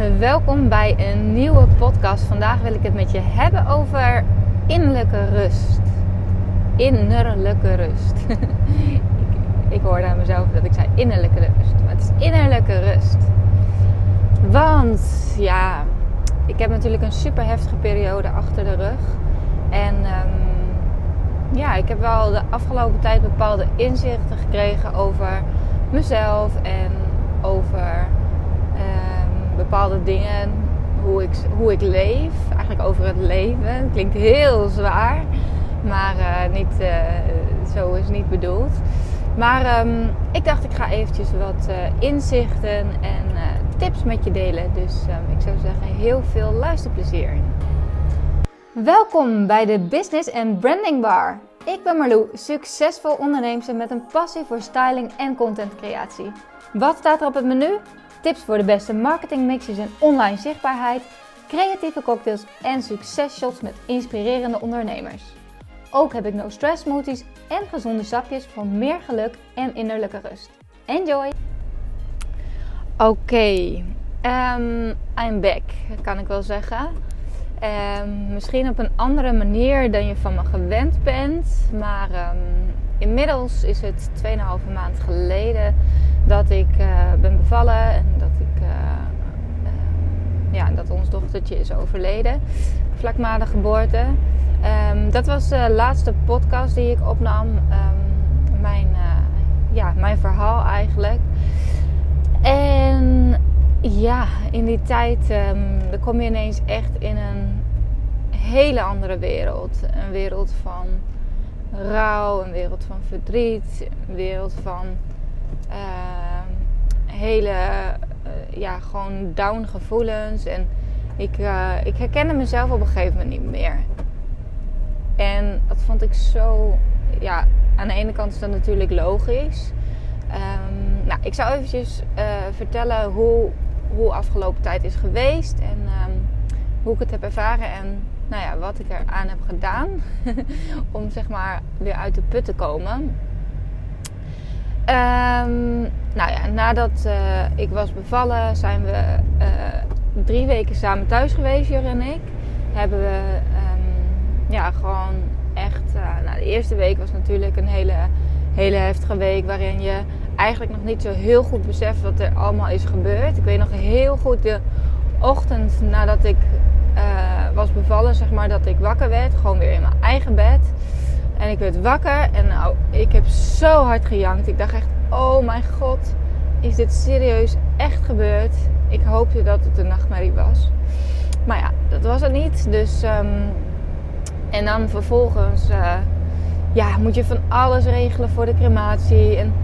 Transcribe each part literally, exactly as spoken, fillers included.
Welkom bij een nieuwe podcast. Vandaag wil ik het met je hebben over innerlijke rust. Innerlijke rust. ik, ik hoorde aan mezelf dat ik zei innerlijke rust. Maar het is innerlijke rust. Want ja, ik heb natuurlijk een super heftige periode achter de rug. En um, ja, ik heb wel de afgelopen tijd bepaalde inzichten gekregen over mezelf en over um, bepaalde dingen, hoe ik, hoe ik leef. Eigenlijk over het leven. Het klinkt heel zwaar, maar uh, niet, uh, zo is het niet bedoeld. Maar um, ik dacht, ik ga eventjes wat uh, inzichten en uh, tips met je delen. Dus um, ik zou zeggen, heel veel luisterplezier. Welkom bij de Business and Branding Bar. Ik ben Marlou, succesvol onderneemster met een passie voor styling en contentcreatie. Wat staat er op het menu? Tips voor de beste marketingmixes en online zichtbaarheid, creatieve cocktails en successhots met inspirerende ondernemers. Ook heb ik no stress smoothies en gezonde sapjes voor meer geluk en innerlijke rust. Enjoy! Oké, okay. um, I'm back, kan ik wel zeggen. Um, misschien op een andere manier dan je van me gewend bent. Maar um, inmiddels is het twee en een halve maand geleden dat ik uh, ben bevallen. En dat, ik, uh, uh, ja, dat ons dochtertje is overleden. Vlak na de geboorte. Um, dat was de laatste podcast die ik opnam. Um, mijn, uh, ja, mijn verhaal eigenlijk. En ja, in die tijd um, dan kom je ineens echt in een hele andere wereld. Een wereld van rouw, een wereld van verdriet, een wereld van uh, hele uh, ja, gewoon down gevoelens. En ik, uh, ik herkende mezelf op een gegeven moment niet meer. En dat vond ik zo, ja, aan de ene kant is dat natuurlijk logisch. Um, nou, ik zou eventjes uh, vertellen hoe, hoe afgelopen tijd is geweest en um, hoe ik het heb ervaren en nou ja, wat ik eraan heb gedaan om zeg maar weer uit de put te komen. Um, nou ja, nadat uh, ik was bevallen zijn we uh, drie weken samen thuis geweest, Jur en ik. Hebben we um, ja, gewoon echt, uh, nou, de eerste week was natuurlijk een hele, hele heftige week waarin je eigenlijk nog niet zo heel goed beseft wat er allemaal is gebeurd. Ik weet nog heel goed de ochtend nadat ik uh, was bevallen, zeg maar, dat ik wakker werd. Gewoon weer in mijn eigen bed. En ik werd wakker en nou, ik heb zo hard gejankt. Ik dacht echt, oh mijn god, is dit serieus echt gebeurd? Ik hoopte dat het een nachtmerrie was. Maar ja, dat was het niet. Dus, um, en dan vervolgens uh, ja, moet je van alles regelen voor de crematie. En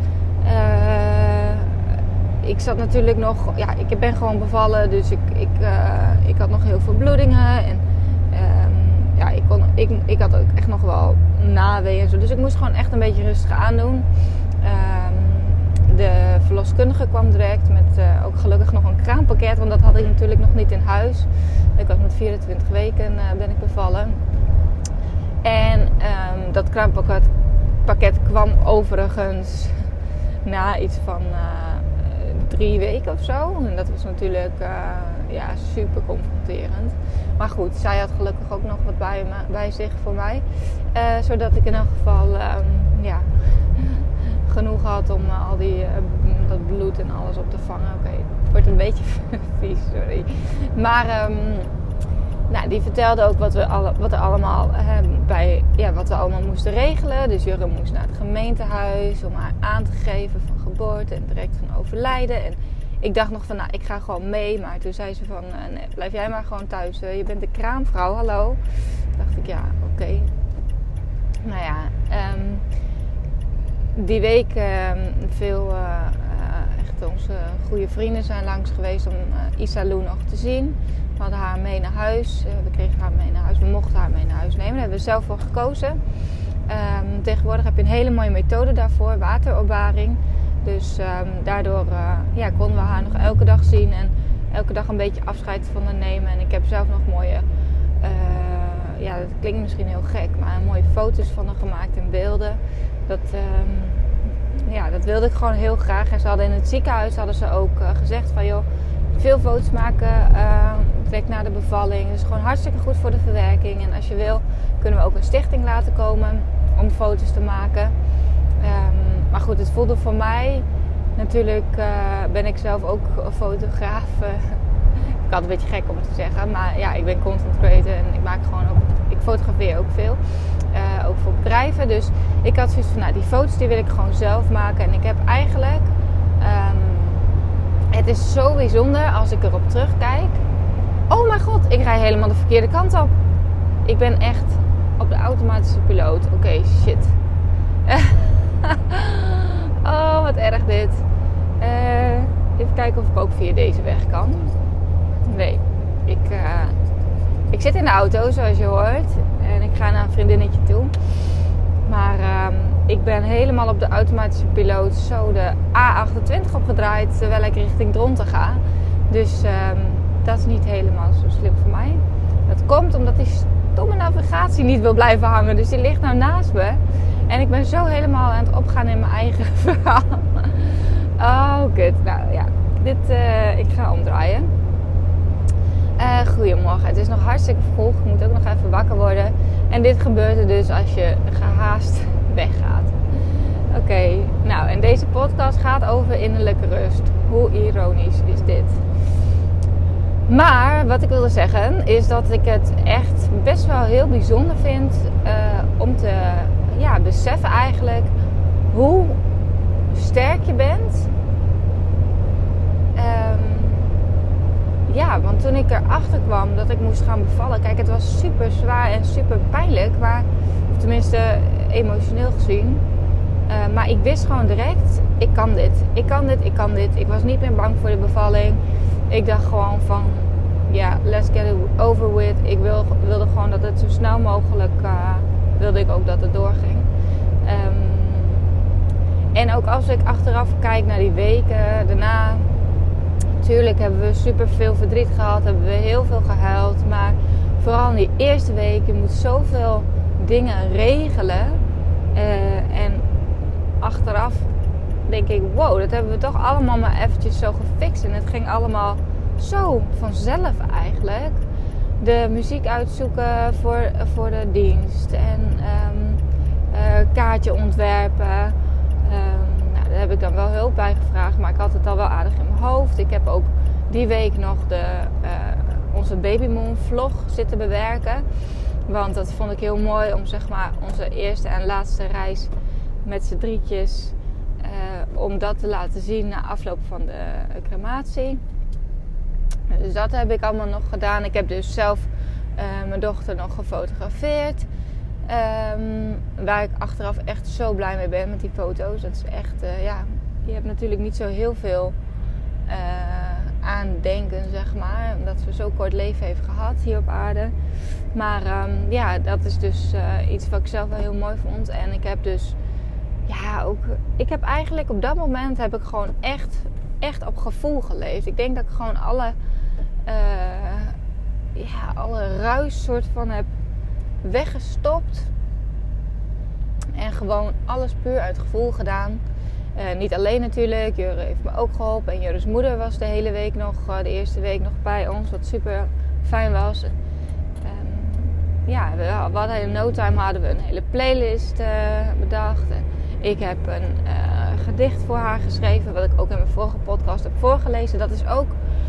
Uh, ik zat natuurlijk nog, ja, ik ben gewoon bevallen, dus ik, ik, uh, ik had nog heel veel bloedingen en um, ja, ik, kon, ik, ik had ook echt nog wel naweeën en zo, dus ik moest gewoon echt een beetje rustig aandoen. Um, de verloskundige kwam direct met uh, ook gelukkig nog een kraampakket, want dat had ik natuurlijk nog niet in huis. Ik was met vierentwintig weken uh, ben ik bevallen en um, dat kraampakket pakket kwam overigens na iets van uh, drie weken of zo. En dat was natuurlijk uh, ja, super confronterend. Maar goed, zij had gelukkig ook nog wat bij, me, bij zich voor mij. Uh, zodat ik in elk geval um, ja, genoeg had om uh, al die, uh, dat bloed en alles op te vangen. Oké, okay, het wordt een beetje vies, sorry. Maar um, nou, die vertelde ook wat, we alle, wat er allemaal uh, bij, ja, wat we allemaal moesten regelen. Dus Jurre moest naar het gemeentehuis om haar aan te geven van geboorte en direct van overlijden. En ik dacht nog van, nou, ik ga gewoon mee. Maar toen zei ze van, uh, nee, blijf jij maar gewoon thuis. Uh, je bent de kraamvrouw, hallo. Toen dacht ik, ja, oké. Okay. Nou ja, um, die week um, veel uh, uh, echt onze goede vrienden zijn langs geweest om uh, Isalou nog te zien. We hadden haar mee naar huis. Uh, we kregen haar mee naar huis. We mochten haar mee naar huis nemen. Daar hebben we zelf voor gekozen. Um, tegenwoordig heb je een hele mooie methode daarvoor. Wateropbaring. Dus um, daardoor uh, ja, konden we haar nog elke dag zien. En elke dag een beetje afscheid van haar nemen. En ik heb zelf nog mooie... Uh, ja, dat klinkt misschien heel gek. Maar mooie foto's van haar gemaakt en beelden. Dat... Um, ja, dat wilde ik gewoon heel graag. En ze hadden in het ziekenhuis hadden ze ook uh, gezegd van... joh, veel foto's maken uh, direct na de bevalling. Dus gewoon hartstikke goed voor de verwerking. En als je wil, kunnen we ook een stichting laten komen om foto's te maken. Um, maar goed, het voelde voor mij... Natuurlijk uh, ben ik zelf ook een fotograaf. Uh, ik had een beetje gek om het te zeggen. Maar ja, ik ben content creator en ik maak gewoon ook... Ik fotografeer ook veel. Uh, ook voor bedrijven. Dus ik had zoiets van, nou, die foto's die wil ik gewoon zelf maken. En ik heb eigenlijk... Um, het is zo bijzonder als ik erop terugkijk. Oh mijn god, ik rij helemaal de verkeerde kant op. Ik ben echt op de automatische piloot. Oké, okay, shit. Oh, wat erg dit. Uh, even kijken of ik ook via deze weg kan. Nee, ik, uh, ik zit in de auto zoals je hoort. En ik ga naar een vriendinnetje toe. Maar uh, ik ben helemaal op de automatische piloot zo de A achtentwintig opgedraaid terwijl ik richting Dronten ga. Dus uh, dat is niet helemaal zo slim voor mij. Dat komt omdat die stomme navigatie niet wil blijven hangen. Dus die ligt nou naast me. En ik ben zo helemaal aan het opgaan in mijn eigen verhaal. Oh, kut. Nou ja, dit, uh, ik ga omdraaien. Uh, goedemorgen. Het is nog hartstikke vroeg. Ik moet ook nog even wakker worden. En dit gebeurt er dus als je gehaast weggaat. Oké, okay. Nou en deze podcast gaat over innerlijke rust. Hoe ironisch is dit? Maar wat ik wilde zeggen is dat ik het echt best wel heel bijzonder vind uh, om te... Ja, beseffen eigenlijk hoe sterk je bent. Um, ja, want toen ik erachter kwam dat ik moest gaan bevallen. Kijk, het was super zwaar en super pijnlijk. Maar, of tenminste emotioneel gezien. Uh, maar ik wist gewoon direct, ik kan dit. Ik kan dit, ik kan dit. Ik was niet meer bang voor de bevalling. Ik dacht gewoon van, ja, let's get it over with. Ik wil, wilde gewoon dat het zo snel mogelijk... Uh, wilde ik ook dat het doorging. Um, en ook als ik achteraf kijk naar die weken daarna... Natuurlijk hebben we super veel verdriet gehad. Hebben we heel veel gehuild. Maar vooral in die eerste week... Je moet zoveel dingen regelen. Uh, en achteraf denk ik... Wow, dat hebben we toch allemaal maar eventjes zo gefixt. En het ging allemaal zo vanzelf eigenlijk... De muziek uitzoeken voor, voor de dienst. En um, uh, kaartje ontwerpen. Um, nou, daar heb ik dan wel hulp bij gevraagd. Maar ik had het al wel aardig in mijn hoofd. Ik heb ook die week nog de, uh, onze Baby Moon vlog zitten bewerken. Want dat vond ik heel mooi om zeg maar onze eerste en laatste reis met z'n drietjes. Uh, om dat te laten zien na afloop van de crematie. Dus dat heb ik allemaal nog gedaan. Ik heb dus zelf uh, mijn dochter nog gefotografeerd. Um, waar ik achteraf echt zo blij mee ben met die foto's. Dat is echt, uh, ja, je hebt natuurlijk niet zo heel veel uh, aandenken, zeg maar. Omdat ze zo'n kort leven heeft gehad hier op aarde. Maar um, ja, dat is dus uh, iets wat ik zelf wel heel mooi vond. En ik heb dus, ja, ook... Ik heb eigenlijk op dat moment heb ik gewoon echt, echt op gevoel geleefd. Ik denk dat ik gewoon alle... Uh, ja, alle ruis soort van heb weggestopt. En gewoon alles puur uit gevoel gedaan. Uh, niet alleen natuurlijk. Jurre heeft me ook geholpen. En Jurre's moeder was de hele week nog, uh, de eerste week nog bij ons. Wat super fijn was. Um, ja, we, we hadden in no time hadden we een hele playlist uh, bedacht. En ik heb een uh, gedicht voor haar geschreven. Wat ik ook in mijn vorige podcast heb voorgelezen. Dat is ook...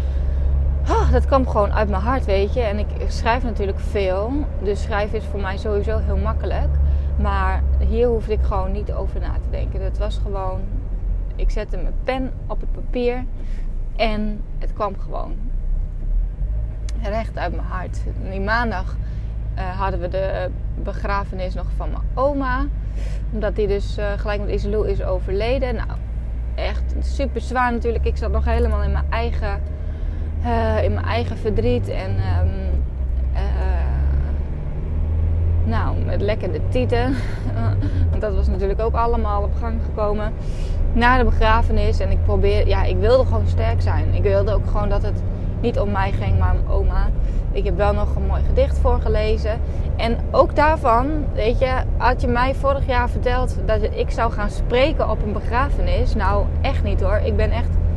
Oh, dat kwam gewoon uit mijn hart, weet je. En ik schrijf natuurlijk veel. Dus schrijven is voor mij sowieso heel makkelijk. Maar hier hoefde ik gewoon niet over na te denken. Het was gewoon... Ik zette mijn pen op het papier. En het kwam gewoon recht uit mijn hart. Die maandag uh, hadden we de begrafenis nog van mijn oma. Omdat die dus uh, gelijk met Iselou is overleden. Nou, echt super zwaar natuurlijk. Ik zat nog helemaal in mijn eigen... Uh, in mijn eigen verdriet en um, uh, nou, met lekkende tieten. Want dat was natuurlijk ook allemaal op gang gekomen na de begrafenis. En ik probeer, ja, ik wilde gewoon sterk zijn. Ik wilde ook gewoon dat het niet om mij ging, maar om oma. Ik heb wel nog een mooi gedicht voorgelezen. En ook daarvan, weet je, had je mij vorig jaar verteld dat ik zou gaan spreken op een begrafenis. Nou, echt niet hoor. Ik ben echt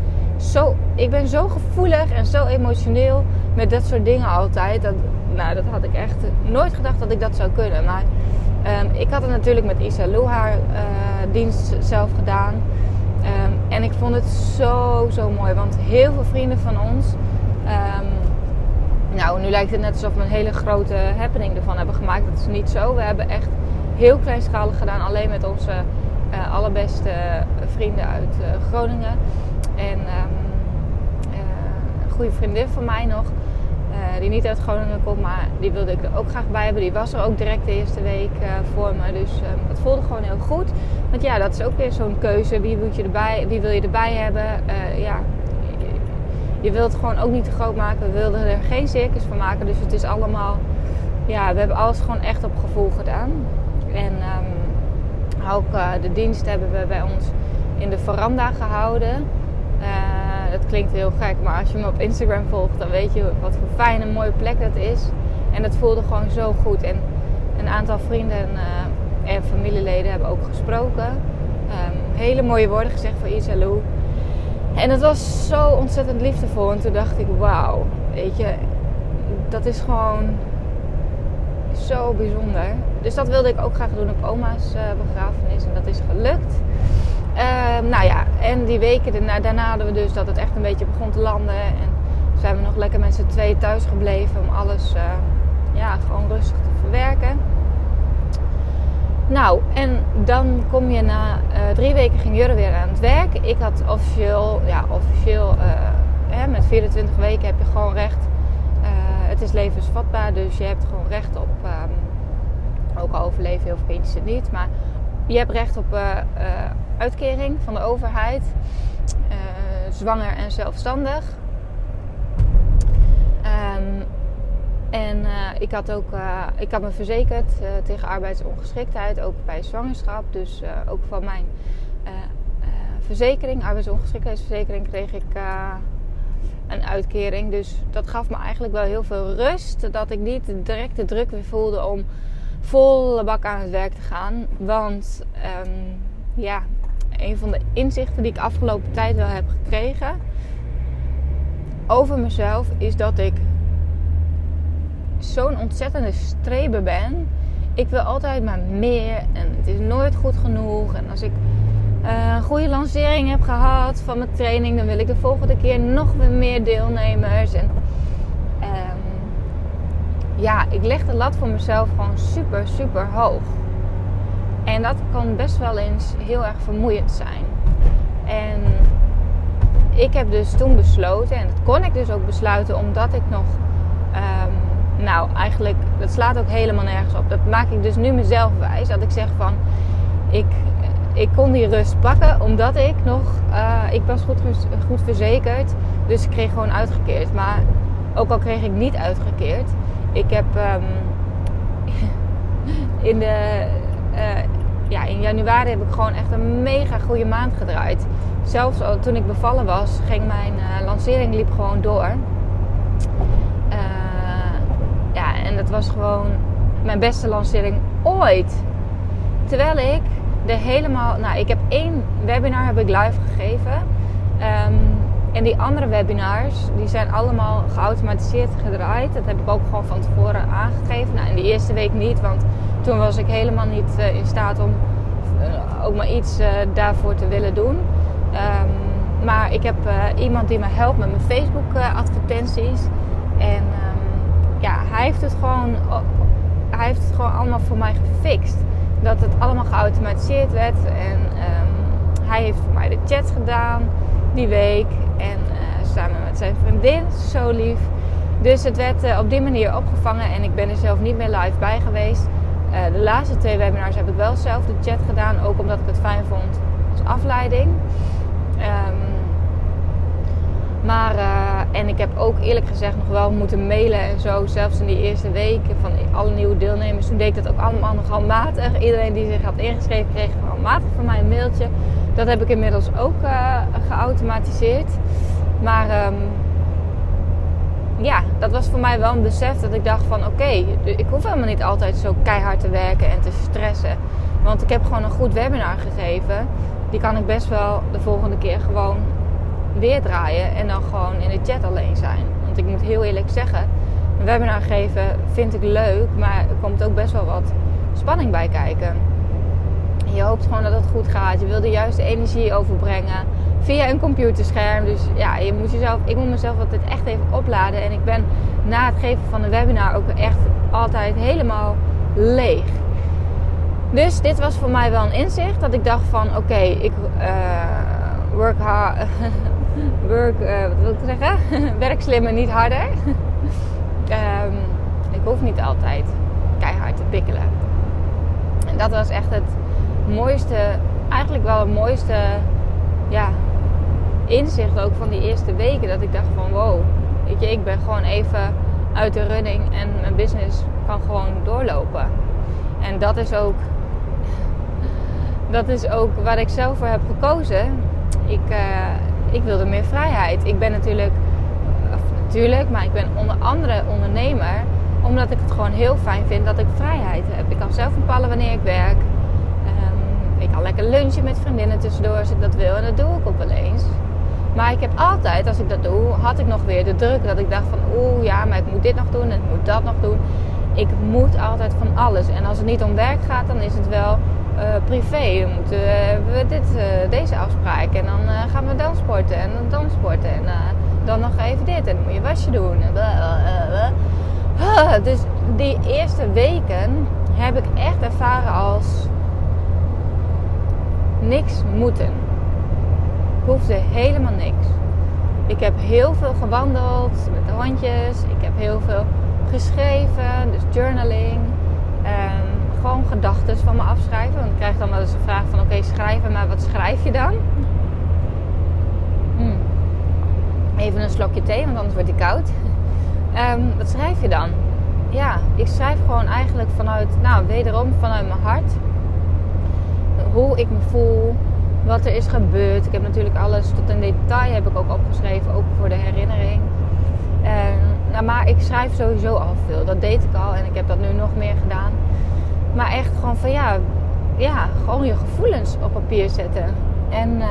zo, ik ben zo gevoelig en zo emotioneel met dat soort dingen altijd. Dat, nou, dat had ik echt nooit gedacht dat ik dat zou kunnen. Maar um, ik had het natuurlijk met Isalou haar uh, dienst zelf gedaan. Um, en ik vond het zo, zo mooi. Want heel veel vrienden van ons... Um, nou, nu lijkt het net alsof we een hele grote happening ervan hebben gemaakt. Dat is niet zo. We hebben echt heel kleinschalig gedaan. Alleen met onze uh, allerbeste vrienden uit uh, Groningen. En um, uh, een goede vriendin van mij nog. Uh, die niet uit Groningen komt, maar die wilde ik er ook graag bij hebben. Die was er ook direct de eerste week uh, voor me. Dus uh, dat voelde gewoon heel goed. Want ja, dat is ook weer zo'n keuze. Wie, moet je erbij, wie wil je erbij hebben? Uh, ja, je, je wilt het gewoon ook niet te groot maken. We wilden er geen circus van maken. Dus het is allemaal... Ja, we hebben alles gewoon echt op gevoel gedaan. En um, ook uh, de dienst hebben we bij ons in de veranda gehouden. Uh, dat klinkt heel gek, maar als je me op Instagram volgt, dan weet je wat voor fijne, mooie plek dat is. En dat voelde gewoon zo goed. En een aantal vrienden uh, en familieleden hebben ook gesproken. Um, hele mooie woorden gezegd voor Isalou. En het was zo ontzettend liefdevol. En toen dacht ik, wauw, weet je, dat is gewoon zo bijzonder. Dus dat wilde ik ook graag doen op oma's uh, begrafenis. En dat is gelukt. Uh, nou ja, en die weken daarna, daarna hadden we dus dat het echt een beetje begon te landen. En zijn we nog lekker met z'n tweeën thuis gebleven om alles uh, ja, gewoon rustig te verwerken. Nou, en dan kom je na uh, drie weken ging Jurre weer aan het werk. Ik had officieel, ja, officieel uh, hè, met vierentwintig weken heb je gewoon recht. Uh, het is levensvatbaar, dus je hebt gewoon recht op, um, ook al overleven heel veel kindjes het niet, maar je hebt recht op uh, uh, uitkering van de overheid, uh, zwanger en zelfstandig. Um, en uh, ik had ook, uh, ik had me verzekerd uh, tegen arbeidsongeschiktheid, ook bij zwangerschap. Dus uh, ook van mijn uh, uh, verzekering, arbeidsongeschiktheidsverzekering, kreeg ik uh, een uitkering. Dus dat gaf me eigenlijk wel heel veel rust, dat ik niet direct de druk weer voelde om volle bak aan het werk te gaan. Want um, ja, een van de inzichten die ik afgelopen tijd wel heb gekregen over mezelf is dat ik zo'n ontzettende streber ben. Ik wil altijd maar meer en het is nooit goed genoeg. En als ik uh, een goede lancering heb gehad van mijn training, dan wil ik de volgende keer nog weer meer deelnemers. En um, ja, ik leg de lat voor mezelf gewoon super, super hoog. En dat kan best wel eens heel erg vermoeiend zijn. En ik heb dus toen besloten, en dat kon ik dus ook besluiten, omdat ik nog... Um, nou, eigenlijk, dat slaat ook helemaal nergens op. Dat maak ik dus nu mezelf wijs. Dat ik zeg van, ik, ik kon die rust pakken, omdat ik nog... Uh, ik was goed, goed verzekerd, dus ik kreeg gewoon uitgekeerd. Maar ook al kreeg ik niet uitgekeerd... Ik heb um, in, de, uh, ja, in januari heb ik gewoon echt een mega goede maand gedraaid. Zelfs al toen ik bevallen was, ging mijn uh, lancering liep gewoon door. Uh, ja, en dat was gewoon mijn beste lancering ooit. Terwijl ik er helemaal... Nou, ik heb één webinar heb ik live gegeven. Um, En die andere webinars, die zijn allemaal geautomatiseerd gedraaid. Dat heb ik ook gewoon van tevoren aangegeven. Nou, in de eerste week niet, want toen was ik helemaal niet uh, in staat om uh, ook maar iets uh, daarvoor te willen doen. Um, maar ik heb uh, iemand die me helpt met mijn Facebook uh, advertenties. En um, ja, hij heeft het gewoon, uh, hij heeft het gewoon allemaal voor mij gefixt. Dat het allemaal geautomatiseerd werd. En um, hij heeft voor mij de chat gedaan die week. En uh, samen met zijn vriendin, zo lief. Dus het werd uh, op die manier opgevangen. En ik ben er zelf niet meer live bij geweest. Uh, de laatste twee webinars heb ik wel zelf de chat gedaan. Ook omdat ik het fijn vond als afleiding. Um, maar, uh, en ik heb ook eerlijk gezegd nog wel moeten mailen en zo. Zelfs in die eerste weken van alle nieuwe deelnemers. Toen deed ik dat ook allemaal nog handmatig. Iedereen die zich had ingeschreven kreeg handmatig van mij een mailtje. Dat heb ik inmiddels ook uh, geautomatiseerd. Maar um, ja, dat was voor mij wel een besef dat ik dacht van oké, okay, ik hoef helemaal niet altijd zo keihard te werken en te stressen. Want ik heb gewoon een goed webinar gegeven. Die kan ik best wel de volgende keer gewoon weer draaien en dan gewoon in de chat alleen zijn. Want ik moet heel eerlijk zeggen, een webinar geven vind ik leuk, maar er komt ook best wel wat spanning bij kijken. Je hoopt gewoon dat het goed gaat. Je wil de juiste energie overbrengen via een computerscherm. Dus ja, je moet jezelf, ik moet mezelf altijd echt even opladen. En ik ben na het geven van een webinar ook echt altijd helemaal leeg. Dus dit was voor mij wel een inzicht. Dat ik dacht van oké, okay, ik uh, work hard. work, uh, wat wil ik zeggen? Werk slimmer, niet harder. um, ik hoef niet altijd keihard te pikkelen. En dat was echt het mooiste, eigenlijk wel het mooiste ja, inzicht ook van die eerste weken. Dat ik dacht van wow, weet je, ik ben gewoon even uit de running en mijn business kan gewoon doorlopen. En dat is ook, dat is ook waar ik zelf voor heb gekozen. Ik, uh, ik wilde meer vrijheid. Ik ben natuurlijk, of natuurlijk, maar ik ben onder andere ondernemer. Omdat ik het gewoon heel fijn vind dat ik vrijheid heb. Ik kan zelf bepalen wanneer ik werk. Um, ik kan lekker lunchen met vriendinnen tussendoor als ik dat wil. En dat doe ik ook wel eens. Maar ik heb altijd, als ik dat doe, had ik nog weer de druk. Dat ik dacht van, oeh ja, maar ik moet dit nog doen en ik moet dat nog doen. Ik moet altijd van alles. En als het niet om werk gaat, dan is het wel uh, privé. Dan moeten uh, we dit, uh, deze afspraak. En dan uh, gaan we dan sporten en dan dan sporten. En uh, dan nog even dit. En dan moet je wasje doen. En blah, blah, blah. Dus die eerste weken heb ik echt ervaren als niks moeten. Ik hoefde helemaal niks. Ik heb heel veel gewandeld met de hondjes. Ik heb heel veel geschreven, dus journaling. Um, gewoon gedachten van me afschrijven. Want ik krijg dan wel eens een vraag van oké, okay, schrijven, maar wat schrijf je dan? Hmm. Even een slokje thee, want anders wordt die koud. Um, wat schrijf je dan? Ja, ik schrijf gewoon eigenlijk vanuit, nou wederom vanuit mijn hart. Hoe ik me voel, wat er is gebeurd. Ik heb natuurlijk alles tot in detail heb ik ook opgeschreven, ook voor de herinnering. En, nou, maar ik schrijf sowieso al veel. Dat deed ik al en ik heb dat nu nog meer gedaan. Maar echt gewoon van ja, ja gewoon je gevoelens op papier zetten. En uh,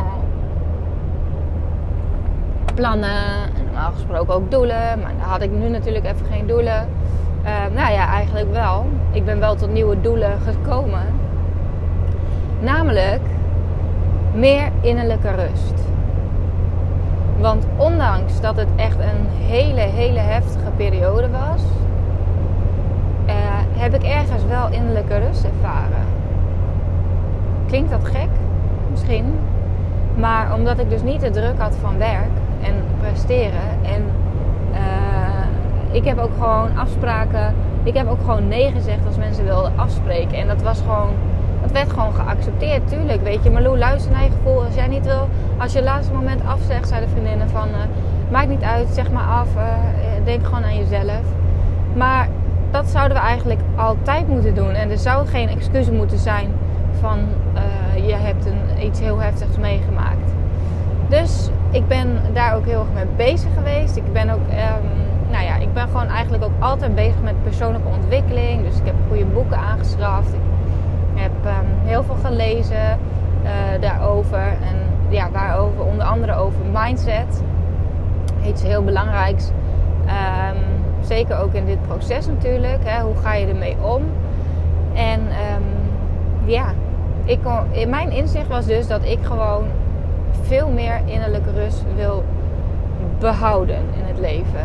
plannen, en normaal gesproken ook doelen. Maar daar had ik nu natuurlijk even geen doelen. Uh, nou ja, eigenlijk wel. Ik ben wel tot nieuwe doelen gekomen. Namelijk meer innerlijke rust. Want ondanks dat het echt een hele, hele heftige periode was, uh, heb ik ergens wel innerlijke rust ervaren. Klinkt dat gek? Misschien. Maar omdat ik dus niet de druk had van werk en presteren. En uh, ik heb ook gewoon afspraken. Ik heb ook gewoon nee gezegd als mensen wilden afspreken. En dat was gewoon, dat werd gewoon geaccepteerd. Tuurlijk, weet je. Marlou, luister naar je gevoel. Als jij niet wil, als je het laatste moment afzegt, zei de vriendinnen van, uh, maakt niet uit, zeg maar af. Uh, denk gewoon aan jezelf. Maar dat zouden we eigenlijk altijd moeten doen. En er zou geen excuus moeten zijn van, uh, je hebt een, iets heel heftigs meegemaakt. Dus ik ben daar ook heel erg mee bezig geweest. Ik ben ook, um, nou ja, ik ben gewoon eigenlijk ook altijd bezig met persoonlijke ontwikkeling. Dus ik heb goede boeken aangeschaft. Ik heb um, heel veel gelezen uh, daarover. En ja, waarover, onder andere over mindset. Iets heel belangrijks. Um, zeker ook in dit proces natuurlijk. Hè? Hoe ga je ermee om? En um, ja, ik kon, mijn inzicht was dus dat ik gewoon veel meer innerlijke rust wil behouden in het leven.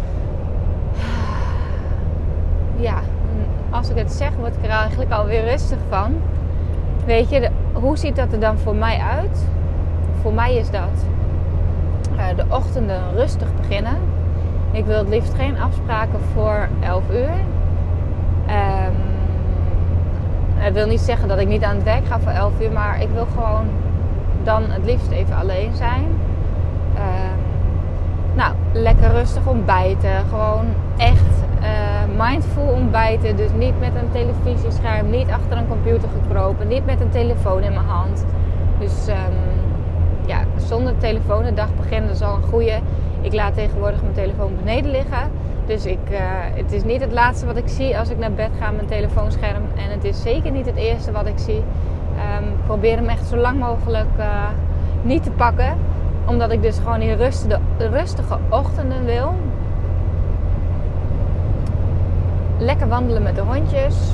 Ja, als ik het zeg, word ik er eigenlijk alweer rustig van. Weet je, de, hoe ziet dat er dan voor mij uit? Voor mij is dat uh, de ochtenden rustig beginnen. Ik wil het liefst geen afspraken voor elf uur. Um, dat wil niet zeggen dat ik niet aan het werk ga voor elf uur, maar ik wil gewoon dan het liefst even alleen zijn. Uh, nou, lekker rustig ontbijten. Gewoon echt uh, mindful ontbijten. Dus niet met een televisiescherm, niet achter een computer gekropen, niet met een telefoon in mijn hand. Dus um, ja, zonder telefoon de dag beginnen, dat is al een goeie. Ik laat tegenwoordig mijn telefoon beneden liggen. Dus ik, uh, het is niet het laatste wat ik zie als ik naar bed ga, mijn telefoonscherm. En het is zeker niet het eerste wat ik zie. Um, probeer hem echt zo lang mogelijk uh, niet te pakken. omdat ik dus gewoon die rustige, rustige ochtenden wil. Lekker wandelen met de hondjes.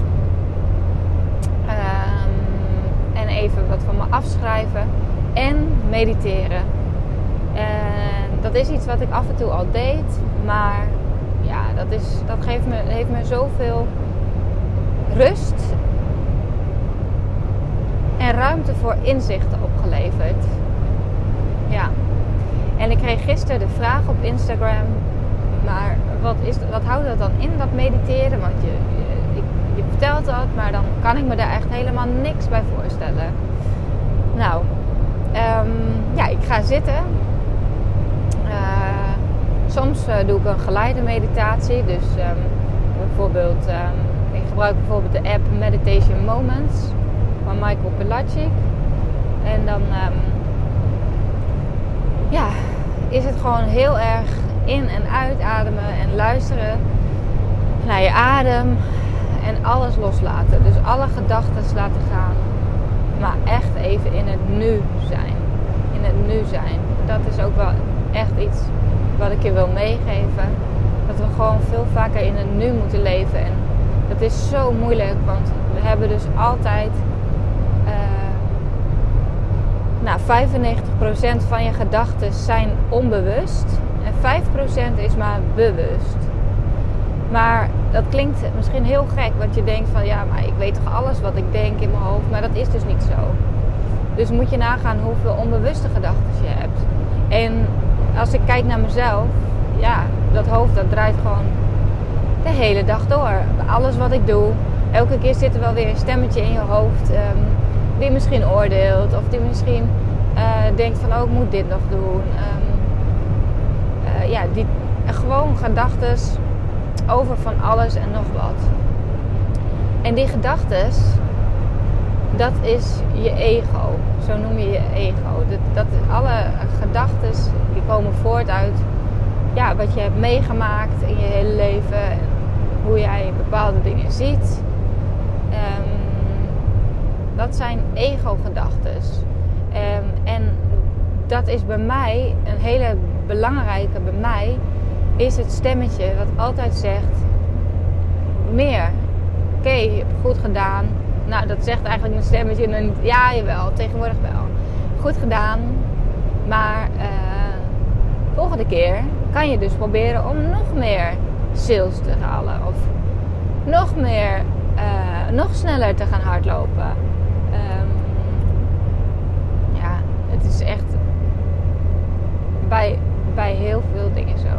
Um, en even wat van me afschrijven. En mediteren. En dat is iets wat ik af en toe al deed. Maar ja, dat, is, dat geeft me, heeft me zoveel rust. En ruimte voor inzichten opgeleverd. Ja. En ik kreeg gisteren de vraag op Instagram. Maar wat, is, wat houdt dat dan in, dat mediteren? Want je, je, je vertelt dat, maar dan kan ik me daar echt helemaal niks bij voorstellen. Nou, um, ja, ik ga zitten. Uh, soms uh, doe ik een geleide meditatie. Dus um, bijvoorbeeld, um, ik gebruik bijvoorbeeld de app Meditation Moments van Michael Pilatschik. En dan um, ja, is het gewoon heel erg in- en uitademen en luisteren naar je adem en alles loslaten. Dus alle gedachten laten gaan, maar echt even in het nu zijn. In het nu zijn. Dat is ook wel echt iets wat ik je wil meegeven. Dat we gewoon veel vaker in het nu moeten leven. En dat is zo moeilijk, want we hebben dus altijd uh, nou, vijfennegentig procent van je gedachten zijn onbewust. En vijf procent is maar bewust. Maar dat klinkt misschien heel gek. Want je denkt van ja, maar ik weet toch alles wat ik denk in mijn hoofd. Maar dat is dus niet zo. Dus moet je nagaan hoeveel onbewuste gedachten je hebt. En als ik kijk naar mezelf. Ja, dat hoofd dat draait gewoon de hele dag door. Alles wat ik doe. Elke keer zit er wel weer een stemmetje in je hoofd. Um, die misschien oordeelt. Of die misschien uh, denkt van oh, ik moet dit nog doen. Um, Uh, ja, die, gewoon gedachtes over van alles en nog wat. En die gedachtes, dat is je ego. Zo noem je je ego. Dat, dat alle gedachtes die komen voort uit ja, wat je hebt meegemaakt in je hele leven. En hoe jij bepaalde dingen ziet. Um, dat zijn ego-gedachtes. Um, en dat is bij mij een hele belangrijke bij mij is het stemmetje wat altijd zegt meer. Oké, okay, je hebt het goed gedaan. Nou, dat zegt eigenlijk een stemmetje nog niet. Ja, jawel, tegenwoordig wel. Goed gedaan. Maar uh, volgende keer kan je dus proberen om nog meer sales te halen. Of nog meer, uh, nog sneller te gaan hardlopen. Um, ja, het is echt bij... bij heel veel dingen zo.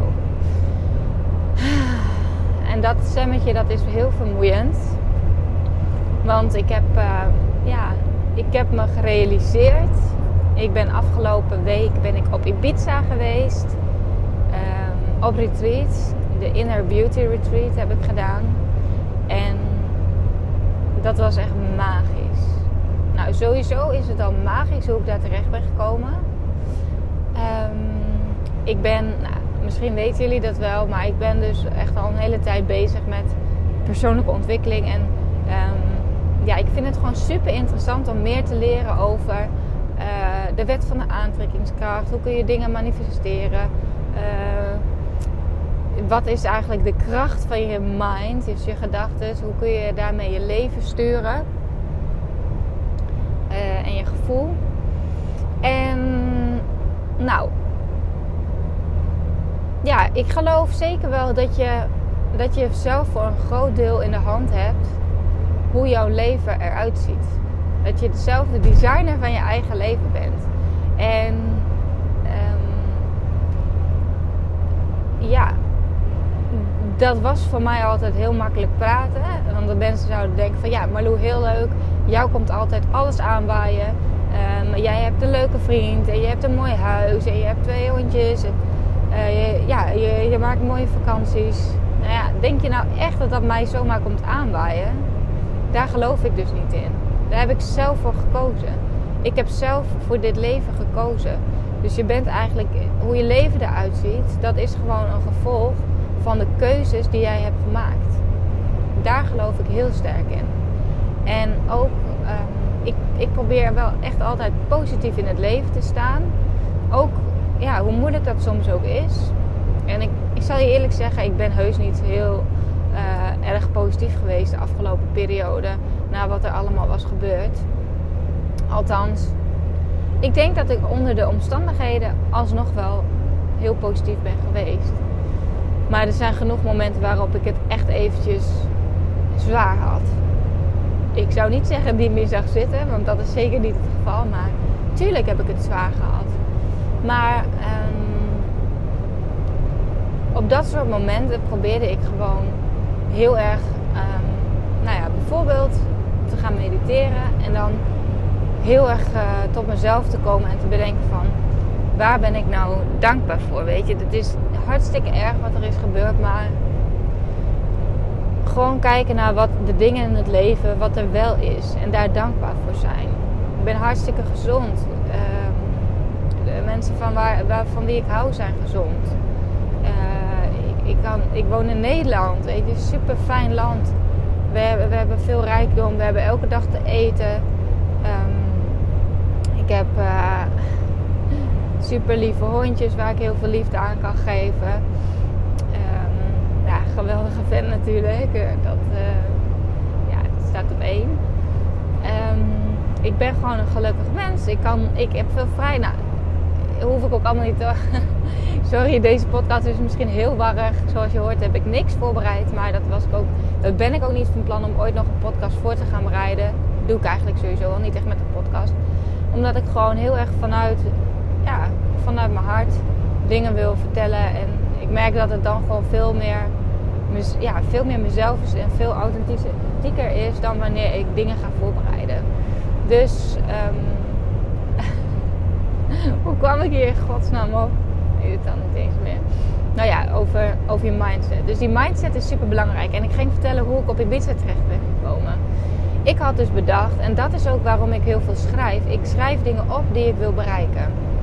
En dat stemmetje, dat is heel vermoeiend. Want ik heb, uh, ja, ik heb me gerealiseerd. Ik ben afgelopen week ben ik op Ibiza geweest. Um, op retreat. De Inner Beauty Retreat heb ik gedaan. En dat was echt magisch. Nou, sowieso is het al magisch hoe ik daar terecht ben gekomen. Um, Ik ben, nou, misschien weten jullie dat wel, maar ik ben dus echt al een hele tijd bezig met persoonlijke ontwikkeling. En um, ja, ik vind het gewoon super interessant om meer te leren over uh, de wet van de aantrekkingskracht. Hoe kun je dingen manifesteren? Uh, wat is eigenlijk de kracht van je mind, dus je gedachten? Hoe kun je daarmee je leven sturen? Uh, en je gevoel. En nou... Ja, ik geloof zeker wel dat je, dat je zelf voor een groot deel in de hand hebt hoe jouw leven eruit ziet. Dat je zelf de designer van je eigen leven bent. En um, ja, dat was voor mij altijd heel makkelijk praten. Want de mensen zouden denken van ja, Marlou, heel leuk. Jou komt altijd alles aanwaaien. Um, jij hebt een leuke vriend en je hebt een mooi huis en je hebt twee hondjes. En, Uh, je, ja, je, je maakt mooie vakanties. Nou ja, denk je nou echt dat dat mij zomaar komt aanwaaien? Daar geloof ik dus niet in. Daar heb ik zelf voor gekozen. Ik heb zelf voor dit leven gekozen. Dus je bent eigenlijk, hoe je leven eruit ziet, dat is gewoon een gevolg van de keuzes die jij hebt gemaakt. Daar geloof ik heel sterk in. En ook, um, ik, ik probeer wel echt altijd positief in het leven te staan. Ook ja, hoe moeilijk dat soms ook is. En ik, ik zal je eerlijk zeggen, ik ben heus niet heel uh, erg positief geweest de afgelopen periode. Na wat er allemaal was gebeurd. Althans, ik denk dat ik onder de omstandigheden alsnog wel heel positief ben geweest. Maar er zijn genoeg momenten waarop ik het echt eventjes zwaar had. Ik zou niet zeggen die me zag zitten, want dat is zeker niet het geval. Maar tuurlijk heb ik het zwaar gehad. Maar um, op dat soort momenten probeerde ik gewoon heel erg, um, nou ja, bijvoorbeeld te gaan mediteren. En dan heel erg uh, tot mezelf te komen en te bedenken van, waar ben ik nou dankbaar voor? Weet je, het is hartstikke erg wat er is gebeurd, maar gewoon kijken naar wat de dingen in het leven, wat er wel is. En daar dankbaar voor zijn. Ik ben hartstikke gezond. Uh, de mensen van, waar, waar, van wie ik hou zijn gezond. Uh, ik, ik, kan, ik woon in Nederland. Weet je, super fijn land. We hebben, we hebben veel rijkdom. We hebben elke dag te eten. Um, ik heb uh, super lieve hondjes waar ik heel veel liefde aan kan geven. Um, ja, geweldige fan natuurlijk. Dat, uh, ja, dat staat op één. Um, ik ben gewoon een gelukkig mens. Ik, kan, ik heb veel vrij. Nou, hoef ik ook allemaal niet te... Sorry, deze podcast is misschien heel warrig. Zoals je hoort heb ik niks voorbereid. Maar dat, was ik ook, dat ben ik ook niet van plan om ooit nog een podcast voor te gaan bereiden. Dat doe ik eigenlijk sowieso wel niet echt met een podcast. Omdat ik gewoon heel erg vanuit, ja, vanuit mijn hart dingen wil vertellen. En ik merk dat het dan gewoon veel meer, ja, veel meer mezelf is en veel authentieker is dan wanneer ik dingen ga voorbereiden. Dus... Um, hoe kwam ik hier in godsnaam op? Ik weet het dan niet eens meer. Nou ja, over, over je mindset. Dus die mindset is super belangrijk. En ik ging vertellen hoe ik op Ibiza terecht ben gekomen. Ik had dus bedacht, en dat is ook waarom ik heel veel schrijf. Ik schrijf dingen op die ik wil bereiken.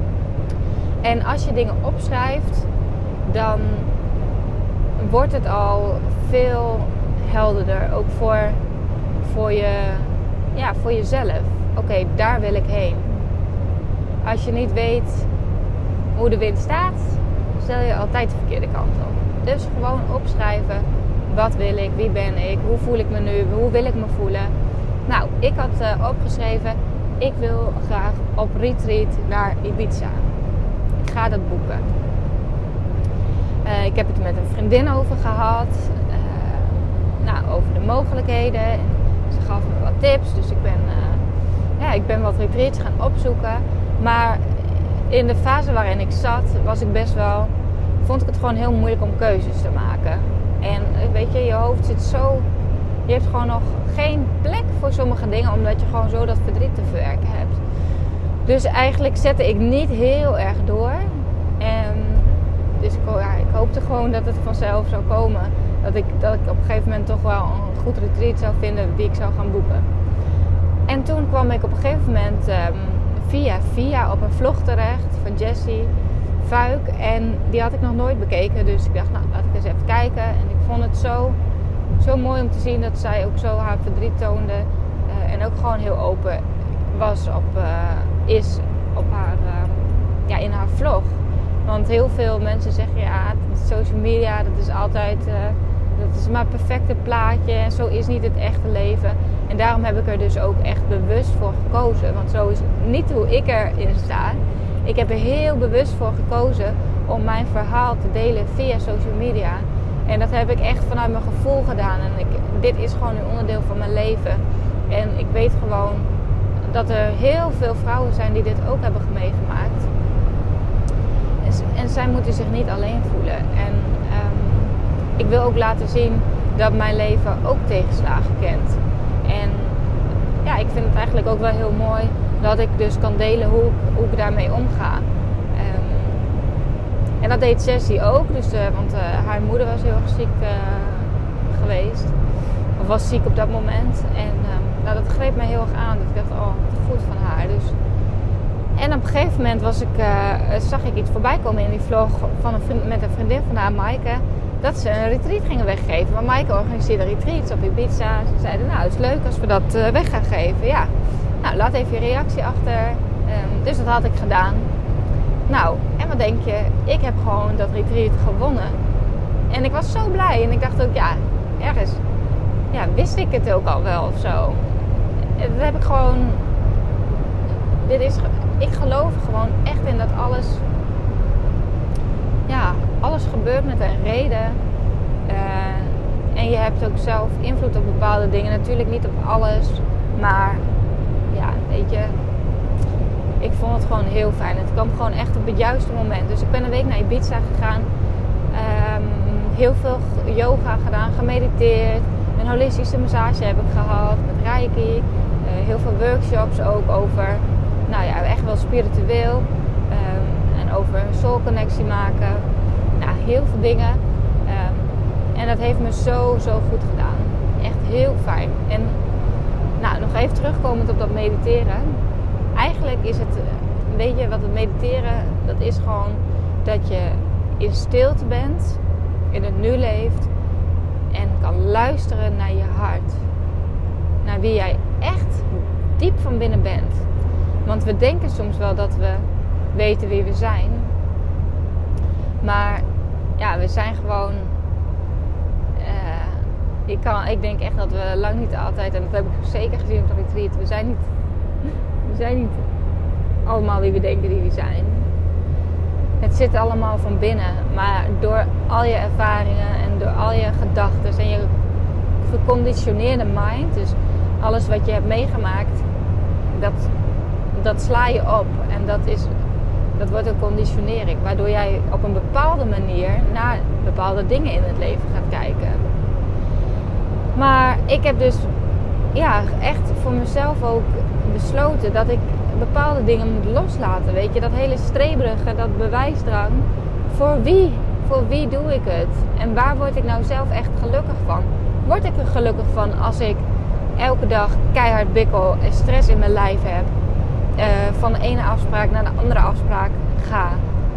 En als je dingen opschrijft, dan wordt het al veel helderder. Ook voor, voor, je, ja, voor jezelf. Oké, okay, daar wil ik heen. Als je niet weet hoe de wind staat, stel je altijd de verkeerde kant op. Dus gewoon opschrijven. Wat wil ik? Wie ben ik? Hoe voel ik me nu? Hoe wil ik me voelen? Nou, ik had uh, opgeschreven, ik wil graag op retreat naar Ibiza. Ik ga dat boeken. Uh, ik heb het met een vriendin over gehad. Uh, nou, over de mogelijkheden. Ze gaf me wat tips. Dus ik ben, uh, ja, ik ben wat retreats gaan opzoeken. Maar in de fase waarin ik zat, was ik best wel, vond ik het gewoon heel moeilijk om keuzes te maken. En weet je, je hoofd zit zo, je hebt gewoon nog geen plek voor sommige dingen, omdat je gewoon zo dat verdriet te verwerken hebt. Dus eigenlijk zette ik niet heel erg door. En dus ik, ja, ik hoopte gewoon dat het vanzelf zou komen. Dat ik, dat ik op een gegeven moment toch wel een goed retreat zou vinden die ik zou gaan boeken. En toen kwam ik op een gegeven moment... Um, via via op een vlog terecht van Jessie Fuik. En die had ik nog nooit bekeken. Dus ik dacht, nou, laat ik eens even kijken. En ik vond het zo, zo mooi om te zien dat zij ook zo haar verdriet toonde. Uh, en ook gewoon heel open was op, uh, is op haar, uh, ja, in haar vlog. Want heel veel mensen zeggen, ja, social media, dat is altijd... Uh, dat is maar een perfecte plaatje. En zo is niet het echte leven. En daarom heb ik er dus ook echt bewust voor gekozen. Want zo is niet hoe ik erin sta. Ik heb er heel bewust voor gekozen om mijn verhaal te delen via social media. En dat heb ik echt vanuit mijn gevoel gedaan. En ik, dit is gewoon een onderdeel van mijn leven. En ik weet gewoon dat er heel veel vrouwen zijn die dit ook hebben meegemaakt. En, en zij moeten zich niet alleen voelen. En um, ik wil ook laten zien dat mijn leven ook tegenslagen kent. En ja, ik vind het eigenlijk ook wel heel mooi dat ik dus kan delen hoe, hoe ik daarmee omga. Um, en dat deed Jessie ook. Dus, uh, want uh, haar moeder was heel erg ziek uh, geweest. Of was ziek op dat moment. En um, nou, dat greep mij heel erg aan. Dat ik dacht, oh, wat goed van haar. Dus. En op een gegeven moment was ik, uh, zag ik iets voorbij komen in die vlog van een vriend, met een vriendin van haar, Maaike. Dat ze een retreat gingen weggeven. Maar Maaike organiseerde retreats op Ibiza. Ze zeiden, nou, het is leuk als we dat uh, weg gaan geven. Ja, nou, laat even je reactie achter. Um, dus dat had ik gedaan. Nou, en En wat denk je? Ik heb gewoon dat retreat gewonnen. En ik was zo blij. En ik dacht ook, ja, ergens ja, wist ik het ook al wel of zo. Dat heb ik gewoon... Dit is... Ik geloof gewoon echt in dat alles... Ja, alles gebeurt met een reden. Uh, en je hebt ook zelf invloed op bepaalde dingen. Natuurlijk niet op alles. Maar ja, weet je... Ik vond het gewoon heel fijn. Het kwam gewoon echt op het juiste moment. Dus ik ben een week naar Ibiza gegaan. Um, heel veel yoga gedaan, gemediteerd. Een holistische massage heb ik gehad met Reiki. Uh, heel veel workshops ook over, nou ja, echt wel spiritueel. Um, en over soul connectie maken. Nou, heel veel dingen. Um, en dat heeft me zo, zo goed gedaan. Echt heel fijn. En nou, nog even terugkomend op dat mediteren. Eigenlijk is het, weet je wat het mediteren, dat is gewoon dat je in stilte bent, in het nu leeft en kan luisteren naar je hart. Naar wie jij echt diep van binnen bent. Want we denken soms wel dat we weten wie we zijn. Maar ja, we zijn gewoon... Uh, ik, kan, ik denk echt dat we lang niet altijd, en dat heb ik zeker gezien op de retreat, we zijn niet... We zijn niet allemaal wie we denken die we zijn. Het zit allemaal van binnen. Maar door al je ervaringen en door al je gedachten en je geconditioneerde mind, dus alles wat je hebt meegemaakt, dat, dat sla je op. En dat, is, dat wordt een conditionering. Waardoor jij op een bepaalde manier naar bepaalde dingen in het leven gaat kijken. Maar ik heb dus ja, echt voor mezelf ook besloten dat ik bepaalde dingen moet loslaten. Weet je, dat hele streberige, dat bewijsdrang. Voor wie? Voor wie doe ik het? En waar word ik nou zelf echt gelukkig van? Word ik er gelukkig van als ik elke dag keihard bikkel en stress in mijn lijf heb? Uh, van de ene afspraak naar de andere afspraak ga.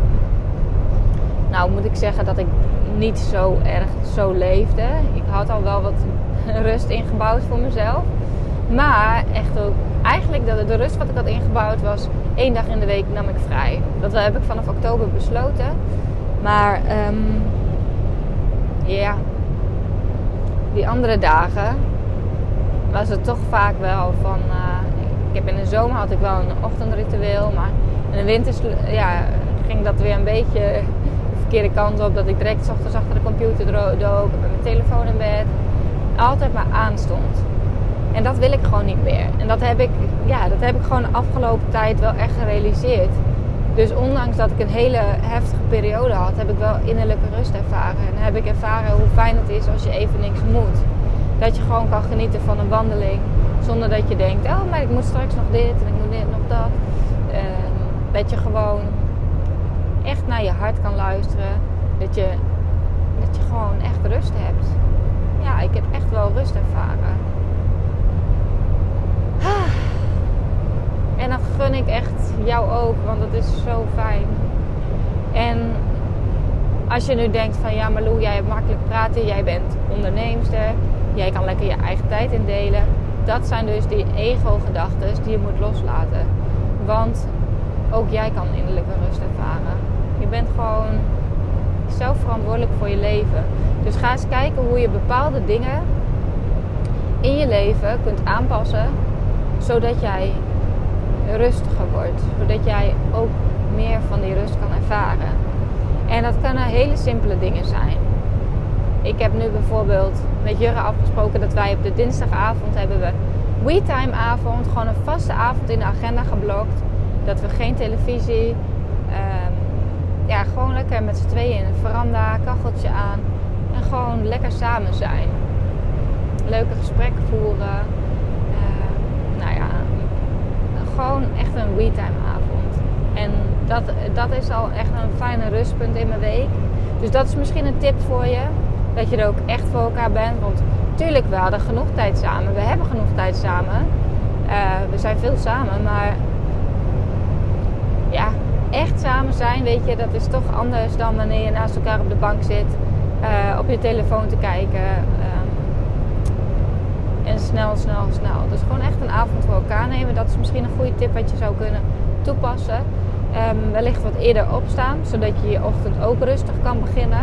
Nou moet ik zeggen dat ik niet zo erg zo leefde. Ik had al wel wat rust ingebouwd voor mezelf. Maar echt ook, eigenlijk de, de rust wat ik had ingebouwd was één dag in de week nam ik vrij. Dat heb ik vanaf oktober besloten. Maar um, ja, die andere dagen was het toch vaak wel van... Uh, ik heb in de zomer had ik wel een ochtendritueel. Maar in de winter ja, ging dat weer een beetje de verkeerde kant op. Dat ik direct 's ochtends achter de computer dook. Met mijn telefoon in bed. Altijd maar aanstond. En dat wil ik gewoon niet meer. En dat heb ik, ja, dat heb ik gewoon de afgelopen tijd wel echt gerealiseerd. Dus ondanks dat ik een hele heftige periode had, heb ik wel innerlijke rust ervaren. En heb ik ervaren hoe fijn het is als je even niks moet. Dat je gewoon kan genieten van een wandeling. Zonder dat je denkt, oh, maar ik moet straks nog dit en ik moet dit nog dat. Uh, dat je gewoon echt naar je hart kan luisteren. Dat je, dat je gewoon echt rust hebt. Ja, ik heb echt wel rust ervaren. En dat gun ik echt jou ook, want dat is zo fijn. En als je nu denkt van ja, maar Lou, jij hebt makkelijk praten, jij bent onderneemster, jij kan lekker je eigen tijd indelen. Dat zijn dus die ego-gedachten die je moet loslaten. Want ook jij kan innerlijke rust ervaren. Je bent gewoon zelf verantwoordelijk voor je leven. Dus ga eens kijken hoe je bepaalde dingen in je leven kunt aanpassen, zodat jij rustiger wordt. Zodat jij ook meer van die rust kan ervaren. En dat kunnen hele simpele dingen zijn. Ik heb nu bijvoorbeeld met Jurre afgesproken dat wij op de dinsdagavond hebben we WeTime avond. Gewoon een vaste avond in de agenda geblokt. Dat we geen televisie. Um, ja, gewoon lekker met z'n tweeën in een veranda, kacheltje aan. En gewoon lekker samen zijn. Leuke gesprekken voeren. Uh, nou ja, gewoon echt een WeTime avond. En dat, dat is al echt een fijne rustpunt in mijn week. Dus dat is misschien een tip voor je. Dat je er ook echt voor elkaar bent. Want tuurlijk, we hadden genoeg tijd samen. We hebben genoeg tijd samen. Uh, we zijn veel samen. Maar ja, echt samen zijn, weet je, dat is toch anders dan wanneer je naast elkaar op de bank zit. Uh, op je telefoon te kijken. Um, en snel, snel, snel. Dus gewoon echt een avond voor elkaar nemen. Dat is misschien een goede tip wat je zou kunnen toepassen. Uh, Um, wellicht wat eerder opstaan, zodat je je ochtend ook rustig kan beginnen.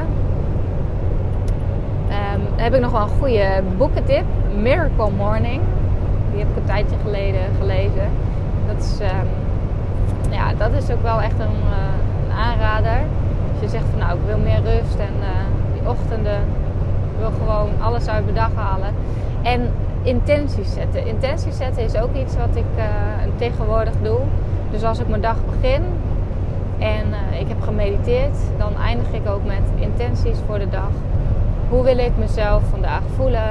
Um, dan heb ik nog wel een goede boekentip. Miracle Morning. Die heb ik een tijdje geleden gelezen. Dat is, um, ja, dat is ook wel echt een, uh, een aanrader. Als je zegt van nou, ik wil meer rust en uh, die ochtenden, ik wil gewoon alles uit mijn dag halen. En intenties zetten. Intenties zetten is ook iets wat ik uh, tegenwoordig doe. Dus als ik mijn dag begin en uh, ik heb gemediteerd, dan eindig ik ook met intenties voor de dag. Hoe wil ik mezelf vandaag voelen?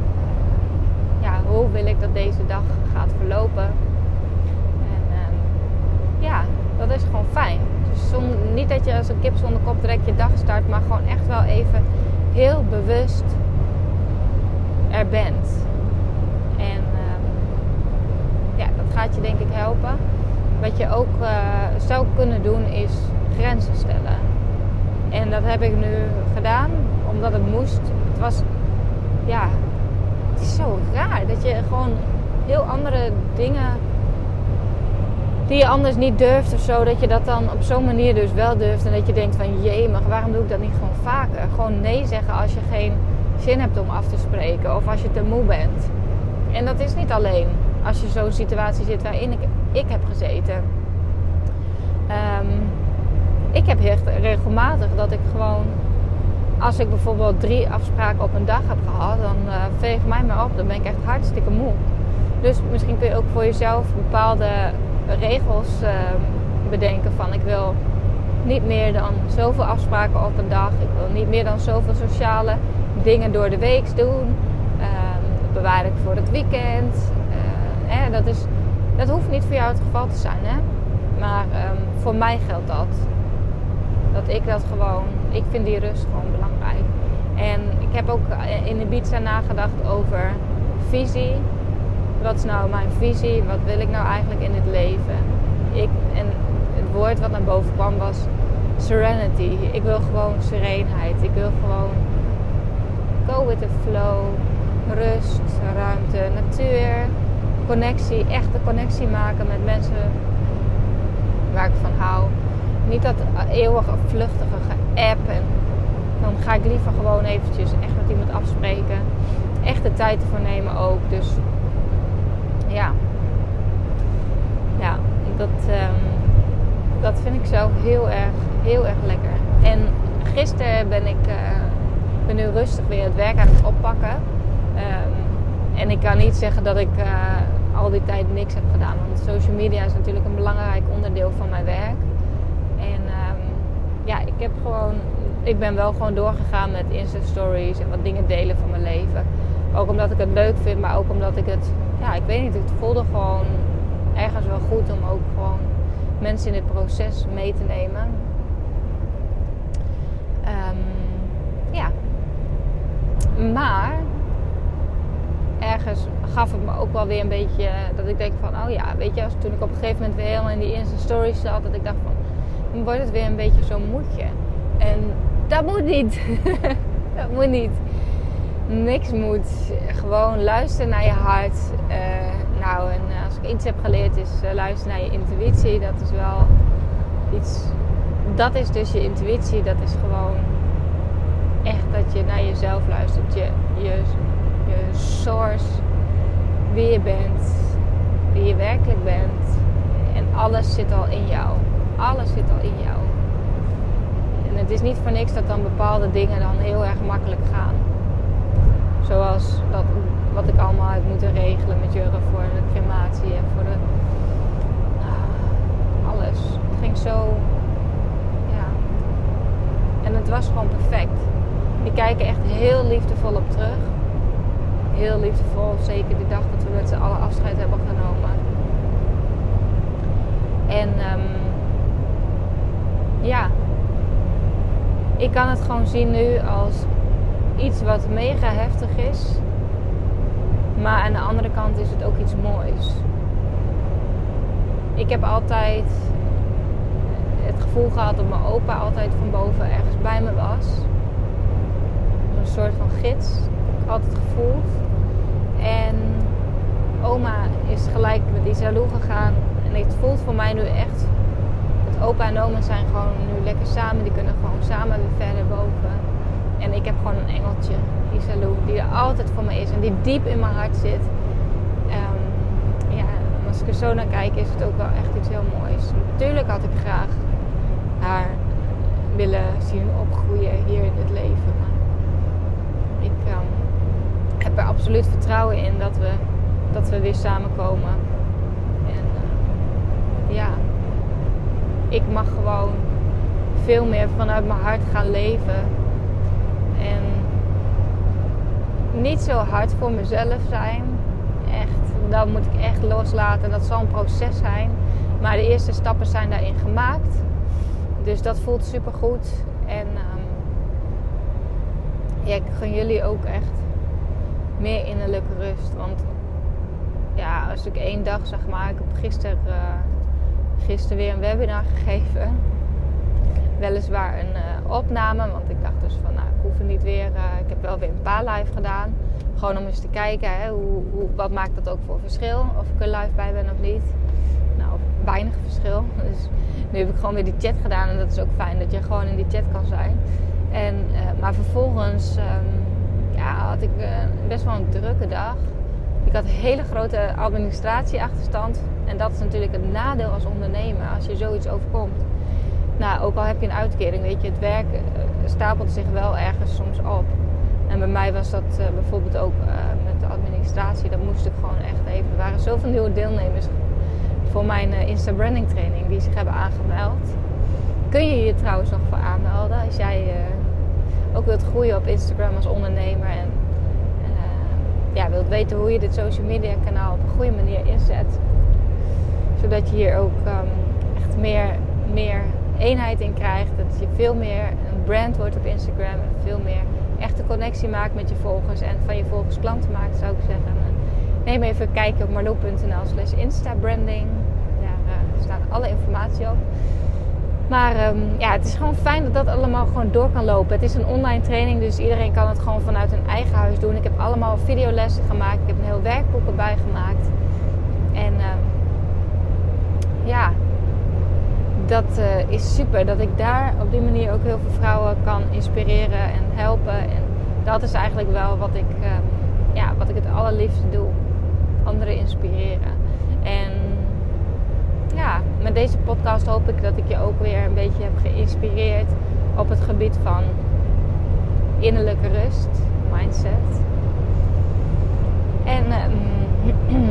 Ja, hoe wil ik dat deze dag gaat verlopen? En uh, ja, dat is gewoon fijn. Dus zonder, niet dat je als een kip zonder kop direct je dag start, maar gewoon echt wel even heel bewust er bent. En uh, ja, dat gaat je denk ik helpen. Wat je ook uh, zou kunnen doen is grenzen stellen. En dat heb ik nu gedaan, omdat het moest. Het was, ja, het is zo raar dat je gewoon heel andere dingen die je anders niet durft of zo, dat je dat dan op zo'n manier dus wel durft. En dat je denkt van, jee, maar waarom doe ik dat niet gewoon vaker? Gewoon nee zeggen als je geen zin hebt om af te spreken of als je te moe bent. En dat is niet alleen als je zo'n situatie zit waarin ik, ik heb gezeten. Um, ik heb echt regelmatig dat ik gewoon, als ik bijvoorbeeld drie afspraken op een dag heb gehad, dan uh, veeg mij maar op. Dan ben ik echt hartstikke moe. Dus misschien kun je ook voor jezelf bepaalde regels uh, bedenken van ik wil niet meer dan zoveel afspraken op een dag. Ik wil niet meer dan zoveel sociale dingen door de week doen. Uh, dat bewaar ik voor het weekend. Uh, eh, dat, is, dat hoeft niet voor jou het geval te zijn. Hè? Maar um, voor mij geldt dat. Dat ik dat gewoon, ik vind die rust gewoon belangrijk. En ik heb ook in Ibiza nagedacht over visie. Wat is nou mijn visie? Wat wil ik nou eigenlijk in het leven? Ik, en het woord wat naar boven kwam was serenity. Ik wil gewoon serenheid. Ik wil gewoon go with the flow. Rust, ruimte, natuur, connectie. Echte connectie maken met mensen waar ik van hou. Niet dat eeuwige vluchtige geapp. En dan ga ik liever gewoon eventjes echt met iemand afspreken. Echt de tijd ervoor nemen ook. Dus ja. Ja, dat, um, dat vind ik zo heel erg, heel erg lekker. En gisteren ben ik uh, ben nu rustig weer het werk aan het oppakken. Um, en ik kan niet zeggen dat ik uh, al die tijd niks heb gedaan. Want social media is natuurlijk een belangrijk onderdeel van mijn werk. En um, ja, ik heb gewoon, ik ben wel gewoon doorgegaan met Insta stories en wat dingen delen van mijn leven. Ook omdat ik het leuk vind, maar ook omdat ik het, ja, ik weet niet, het voelde gewoon ergens wel goed om ook gewoon mensen in dit proces mee te nemen. Um, ja. Maar ergens gaf het me ook wel weer een beetje dat ik denk van, oh ja, weet je, als toen ik op een gegeven moment weer helemaal in die Insta stories zat, dat ik dacht van, dan wordt het weer een beetje zo'n moedje. En dat moet niet. Dat moet niet. Niks moet. Gewoon luisteren naar je hart. Uh, nou, en als ik iets heb geleerd is uh, luisteren naar je intuïtie. Dat is wel iets. Dat is dus je intuïtie. Dat is gewoon echt dat je naar jezelf luistert. Je, je, je source. Wie je bent. Wie je werkelijk bent. En alles zit al in jou. Alles zit al in jou. En het is niet voor niks dat dan bepaalde dingen dan heel erg makkelijk gaan. Zoals dat, wat ik allemaal heb moeten regelen met Jurre voor de crematie en voor de... Uh, alles. Het ging zo... Ja. En het was gewoon perfect. Ik kijk er echt heel liefdevol op terug. Heel liefdevol. Zeker die dag dat we met z'n allen afscheid hebben genomen. En... Um, ja. Ik kan het gewoon zien nu als iets wat mega heftig is. Maar aan de andere kant is het ook iets moois. Ik heb altijd het gevoel gehad dat mijn opa altijd van boven ergens bij me was. Een soort van gids. Ik had het gevoeld. En oma is gelijk met Isalou gegaan. En het voelt voor mij nu echt... Het opa en oma zijn gewoon nu lekker samen. Die kunnen gewoon samen weer verder boven. En ik heb gewoon een engeltje, Isalou, die er altijd voor me is. En die diep in mijn hart zit. Um, ja, als ik er zo naar kijk is het ook wel echt iets heel moois. Natuurlijk had ik graag haar willen zien opgroeien hier in het leven. Maar ik um, heb er absoluut vertrouwen in dat we, dat we weer samenkomen. En uh, ja, ik mag gewoon veel meer vanuit mijn hart gaan leven. En niet zo hard voor mezelf zijn. Echt, dat moet ik echt loslaten. Dat zal een proces zijn. Maar de eerste stappen zijn daarin gemaakt. Dus dat voelt super goed. En um, ja, ik gun jullie ook echt meer innerlijke rust. Want ja, als ik één dag zeg maar. Ik heb gisteren, uh, gisteren weer een webinar gegeven. Weliswaar een uh, opname. Want ik dacht dus van nou, ik hoef er niet weer. Uh, ik heb wel weer een paar live gedaan. Gewoon om eens te kijken. Hè, hoe, hoe, wat maakt dat ook voor verschil. Of ik er live bij ben of niet. Nou, weinig verschil. Dus nu heb ik gewoon weer die chat gedaan. En dat is ook fijn dat je gewoon in die chat kan zijn. En, uh, maar vervolgens um, ja, had ik uh, best wel een drukke dag. Ik had een hele grote administratieachterstand. En dat is natuurlijk het nadeel als ondernemer. Als je zoiets overkomt. Nou, ook al heb je een uitkering. Weet je, het werk uh, stapelt zich wel ergens soms op. En bij mij was dat uh, bijvoorbeeld ook uh, met de administratie. Dat moest ik gewoon echt even. Er waren zoveel nieuwe deelnemers voor mijn uh, Insta Branding training die zich hebben aangemeld. Kun je je trouwens nog voor aanmelden als jij uh, ook wilt groeien op Instagram als ondernemer en uh, ja, wilt weten hoe je dit social media kanaal op een goede manier inzet. Zodat je hier ook um, echt meer, meer eenheid in krijgt. Dat je veel meer een brand wordt op Instagram en veel meer echte connectie maakt met je volgers en van je volgers klanten maakt, zou ik zeggen. Neem even een kijkje op marlou punt n l slash instabranding. Daar uh, staat alle informatie op. Maar um, ja, het is gewoon fijn dat dat allemaal gewoon door kan lopen. Het is een online training, dus iedereen kan het gewoon vanuit hun eigen huis doen. Ik heb allemaal videolessen gemaakt. Ik heb een heel werkboek erbij gemaakt. En uh, ja, dat uh, is super. Dat ik daar op die manier ook heel veel vrouwen kan inspireren en helpen. En dat is eigenlijk wel wat ik, uh, ja, wat ik het allerliefste doe. Anderen inspireren. En ja, met deze podcast hoop ik dat ik je ook weer een beetje heb geïnspireerd op het gebied van innerlijke rust, mindset. En um,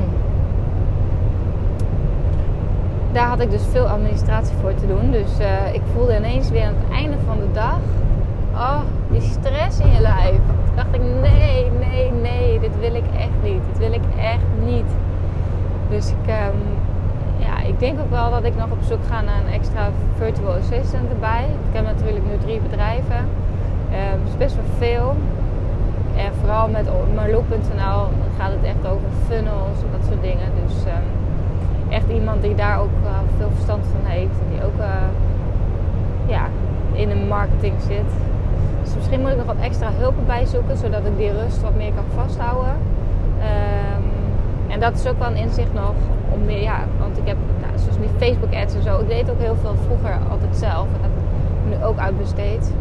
daar had ik dus veel administratie voor te doen. Dus uh, ik voelde ineens weer aan het einde van de dag, oh, die stress in je lijf. Toen dacht ik, nee, nee, nee, dit wil ik echt niet. Dit wil ik echt niet. Dus ik, um, ja, ik denk ook wel dat ik nog op zoek ga naar een extra virtual assistant erbij. Ik heb natuurlijk nu drie bedrijven. Um, dat is best wel veel. En vooral met marlou punt n l gaat het echt over funnels en dat soort dingen. Dus um, echt iemand die daar ook uh, veel verstand van heeft. En die ook uh, ja, in de marketing zit. Dus misschien moet ik nog wat extra hulp erbij zoeken. Zodat ik die rust wat meer kan vasthouden. Um, en dat is ook wel een inzicht nog. Om meer, ja, want ik heb nou, zoals die Facebook ads en zo. Ik deed ook heel veel vroeger altijd zelf. En dat heb ik nu ook uitbesteed.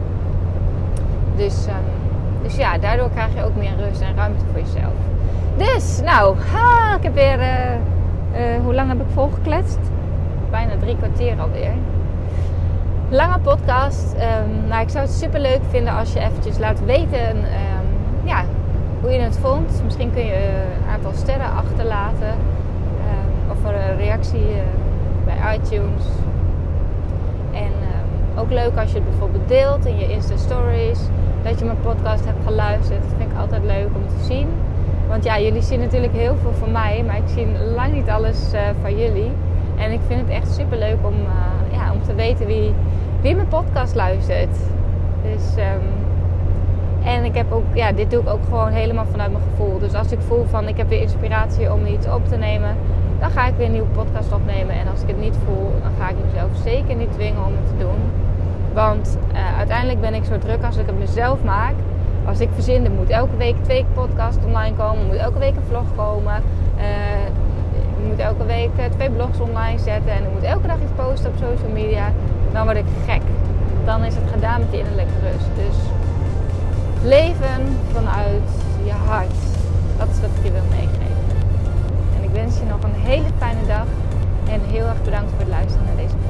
Dus, um, dus ja, daardoor krijg je ook meer rust en ruimte voor jezelf. Dus, nou, ha, ik heb weer... Uh, uh, hoe lang heb ik volgekletst? Bijna drie kwartier alweer. Lange podcast. Um, nou, ik zou het super leuk vinden als je eventjes laat weten... Um, ja, hoe je het vond. Misschien kun je een aantal sterren achterlaten. Um, of een reactie uh, bij iTunes. En um, ook leuk als je het bijvoorbeeld deelt in je Insta Stories. Dat je mijn podcast hebt geluisterd. Dat vind ik altijd leuk om te zien. Want ja, jullie zien natuurlijk heel veel van mij. Maar ik zie lang niet alles uh, van jullie. En ik vind het echt super leuk om, uh, ja, om te weten wie, wie mijn podcast luistert. Dus... Um, En ik heb ook, ja, dit doe ik ook gewoon helemaal vanuit mijn gevoel. Dus als ik voel van ik heb weer inspiratie om iets op te nemen, dan ga ik weer een nieuwe podcast opnemen. En als ik het niet voel, dan ga ik mezelf zeker niet dwingen om het te doen. Want uh, uiteindelijk ben ik zo druk als ik het mezelf maak. Als ik verzin, er moet elke week twee podcasts online komen. Er moet elke week een vlog komen. Uh, ik moet elke week twee blogs online zetten en ik moet elke dag iets posten op social media, dan word ik gek. Dan is het gedaan met die innerlijke rust. Dus leven vanuit je hart. Dat is wat ik je wil meegeven. En ik wens je nog een hele fijne dag en heel erg bedankt voor het luisteren naar deze podcast.